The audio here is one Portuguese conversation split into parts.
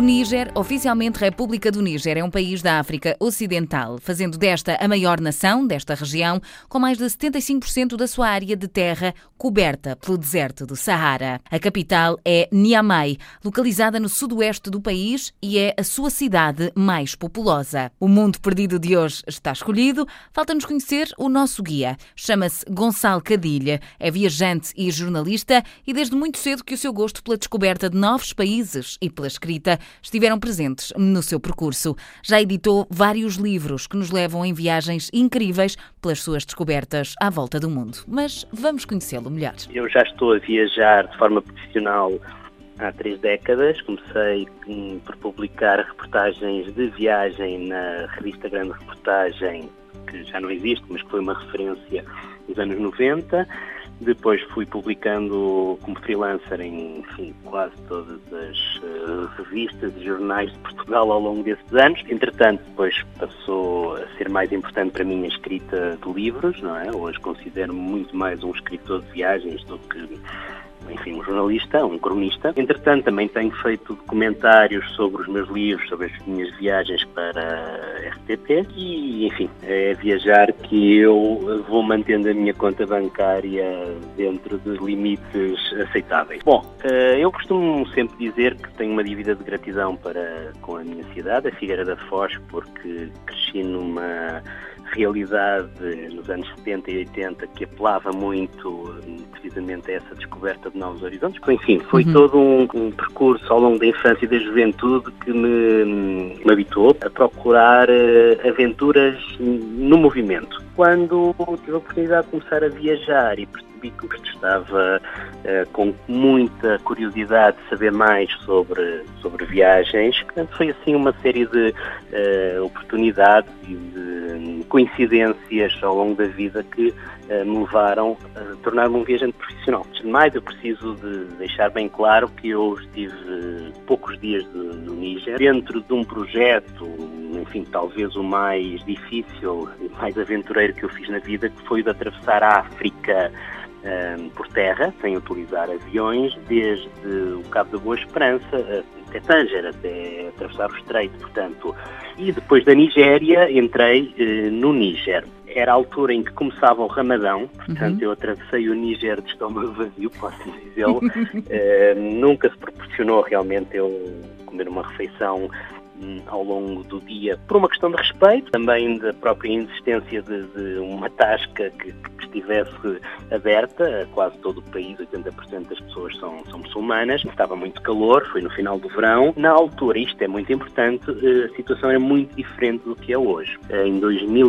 Níger, oficialmente República do Níger, é um país da África Ocidental, fazendo desta a maior nação desta região, com mais de 75% da sua área de terra coberta pelo deserto do Saara. A capital é Niamey, localizada no sudoeste do país, e é a sua cidade mais populosa. O mundo perdido de hoje está escolhido. Falta-nos conhecer o nosso guia. Chama-se Gonçalo Cadilha, é viajante e jornalista e desde muito cedo que o seu gosto pela descoberta de novos países e pela escrita estiveram presentes no seu percurso. Já editou vários livros que nos levam em viagens incríveis pelas suas descobertas à volta do mundo. Mas vamos conhecê-lo melhor. Eu já estou a viajar de forma profissional há 3 décadas. Comecei por publicar reportagens de viagem na revista Grande Reportagem, que já não existe, mas que foi uma referência nos anos 90. Depois fui publicando como freelancer em quase todas as revistas e jornais de Portugal ao longo desses anos. Entretanto, depois passou a ser mais importante para mim a escrita de livros, não é? Hoje considero-me muito mais um escritor de viagens do que um jornalista, um cronista. Entretanto, também tenho feito documentários sobre os meus livros, sobre as minhas viagens para a RTP e, é viajar que eu vou mantendo a minha conta bancária dentro de limites aceitáveis. Bom, eu costumo sempre dizer que tenho uma dívida de gratidão com a minha cidade, a Figueira da Foz, porque cresci numa realidade nos anos 70 e 80 que apelava muito precisamente a essa descoberta de novos horizontes. Foi todo um percurso ao longo da infância e da juventude que me habituou a procurar aventuras no movimento. Quando tive a oportunidade de começar a viajar e percebi que estava com muita curiosidade de saber mais sobre viagens, portanto, foi assim uma série de oportunidades e de coincidências ao longo da vida que me levaram a tornar-me um viajante profissional. Antes de mais, eu preciso de deixar bem claro que eu estive poucos dias no Níger, dentro de um projeto, talvez o mais difícil e mais aventureiro que eu fiz na vida, que foi o de atravessar a África por terra, sem utilizar aviões, desde o Cabo da Boa Esperança até Tanger, até atravessar o Estreito, portanto. E depois da Nigéria, entrei no Níger. Era a altura em que começava o Ramadão, portanto eu atravessei o Níger de estômago vazio, posso dizê-lo. Nunca se proporcionou realmente eu comer uma refeição ao longo do dia, por uma questão de respeito, também da própria insistência de uma tasca que estivesse aberta. Quase todo o país, 80% das pessoas são muçulmanas, estava muito calor, foi no final do verão. Na altura, isto é muito importante, a situação era muito diferente do que é hoje. Em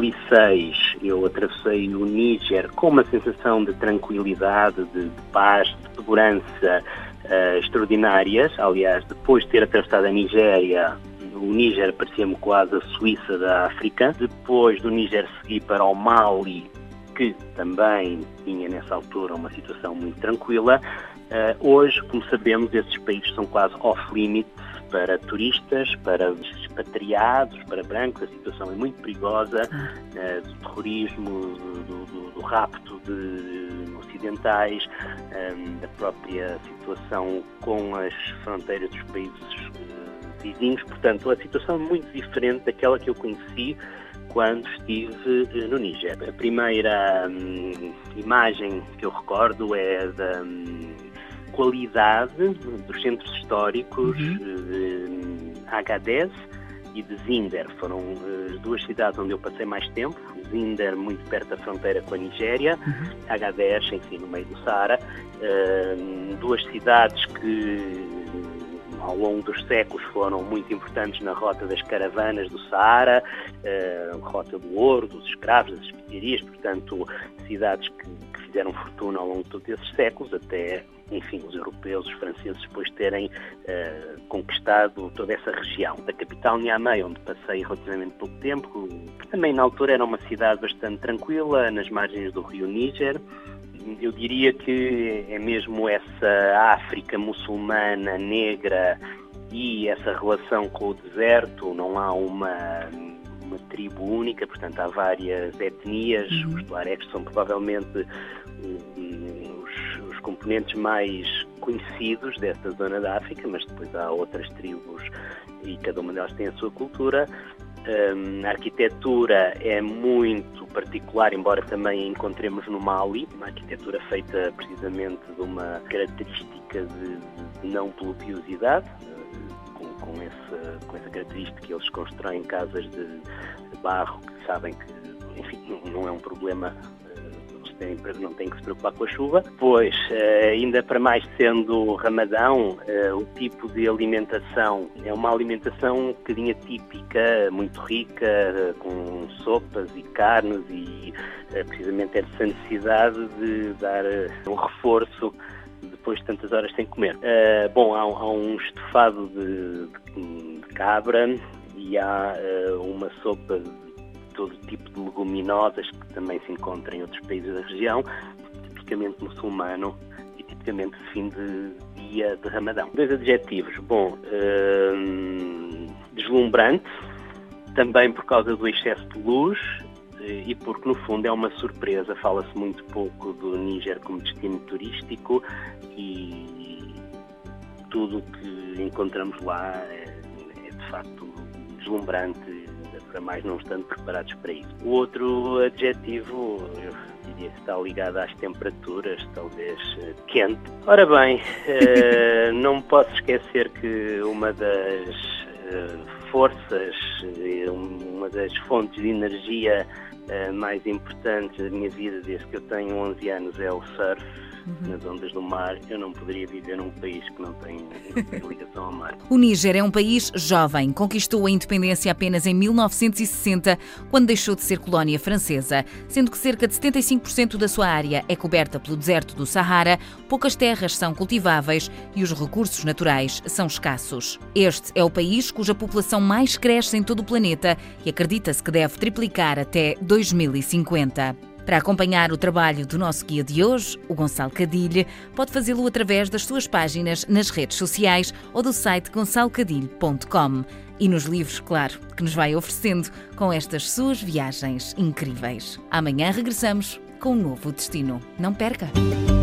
2006 eu atravessei o Níger com uma sensação de tranquilidade, de paz, de segurança extraordinárias. Aliás, depois de ter atravessado a Nigéria, o Níger parecia-me quase a Suíça da África. Depois do Níger segui para o Mali, que também tinha nessa altura uma situação muito tranquila. Hoje, como sabemos, esses países são quase off-limits para turistas, para expatriados, para brancos. A situação é muito perigosa, do terrorismo, do rapto de ocidentais, da própria situação com as fronteiras dos países vizinhos. Portanto, a situação é muito diferente daquela que eu conheci quando estive no Níger. A primeira imagem que eu recordo é da qualidade dos centros históricos de Agadez e de Zinder. Foram as 2 cidades onde eu passei mais tempo. Zinder, muito perto da fronteira com a Nigéria, Agadez, no meio do Saara. 2 cidades que ao longo dos séculos foram muito importantes na rota das caravanas do Saara, rota do ouro, dos escravos, das especiarias, portanto, cidades que fizeram fortuna ao longo de todos esses séculos, até, os europeus, os franceses, depois terem conquistado toda essa região. Da capital, Niamey, onde passei relativamente pouco tempo, também na altura era uma cidade bastante tranquila, nas margens do rio Níger. Eu diria que é mesmo essa África muçulmana, negra, e essa relação com o deserto. Não há uma tribo única, portanto há várias etnias. Os tuaregs são provavelmente os componentes mais conhecidos desta zona da África, mas depois há outras tribos e cada uma delas tem a sua cultura. A arquitetura é muito particular, embora também a encontremos no Mali, uma arquitetura feita precisamente de uma característica de não pluviosidade, com essa característica. Eles constroem casas de barro, que sabem que, enfim, não é um problema, não têm que se preocupar com a chuva. Pois, ainda para mais sendo o Ramadão, o tipo de alimentação é uma alimentação um bocadinho típica, muito rica, com sopas e carnes, e precisamente essa necessidade de dar um reforço depois de tantas horas sem comer. Há um estofado de cabra, e há uma sopa de todo tipo de leguminosas que também se encontra em outros países da região, tipicamente muçulmano e tipicamente de fim de dia de Ramadão. 2 adjetivos. Deslumbrante, também por causa do excesso de luz e porque, no fundo, é uma surpresa. Fala-se muito pouco do Níger como destino turístico, e tudo o que encontramos lá é de facto deslumbrante, para mais não estando preparados para isso. O outro adjetivo, eu diria que está ligado às temperaturas, talvez quente. Ora bem, não posso esquecer que uma das forças, uma das fontes de energia mais importantes da minha vida desde que eu tenho 11 anos é o surf. Nas ondas do mar. Eu não poderia viver num país que não tem ligação ao mar. O Níger é um país jovem. Conquistou a independência apenas em 1960, quando deixou de ser colónia francesa. Sendo que cerca de 75% da sua área é coberta pelo deserto do Sahara, poucas terras são cultiváveis e os recursos naturais são escassos. Este é o país cuja população mais cresce em todo o planeta e acredita-se que deve triplicar até 2050. Para acompanhar o trabalho do nosso guia de hoje, o Gonçalo Cadilho, pode fazê-lo através das suas páginas nas redes sociais ou do site gonçalocadilho.com e nos livros, claro, que nos vai oferecendo com estas suas viagens incríveis. Amanhã regressamos com um novo destino. Não perca!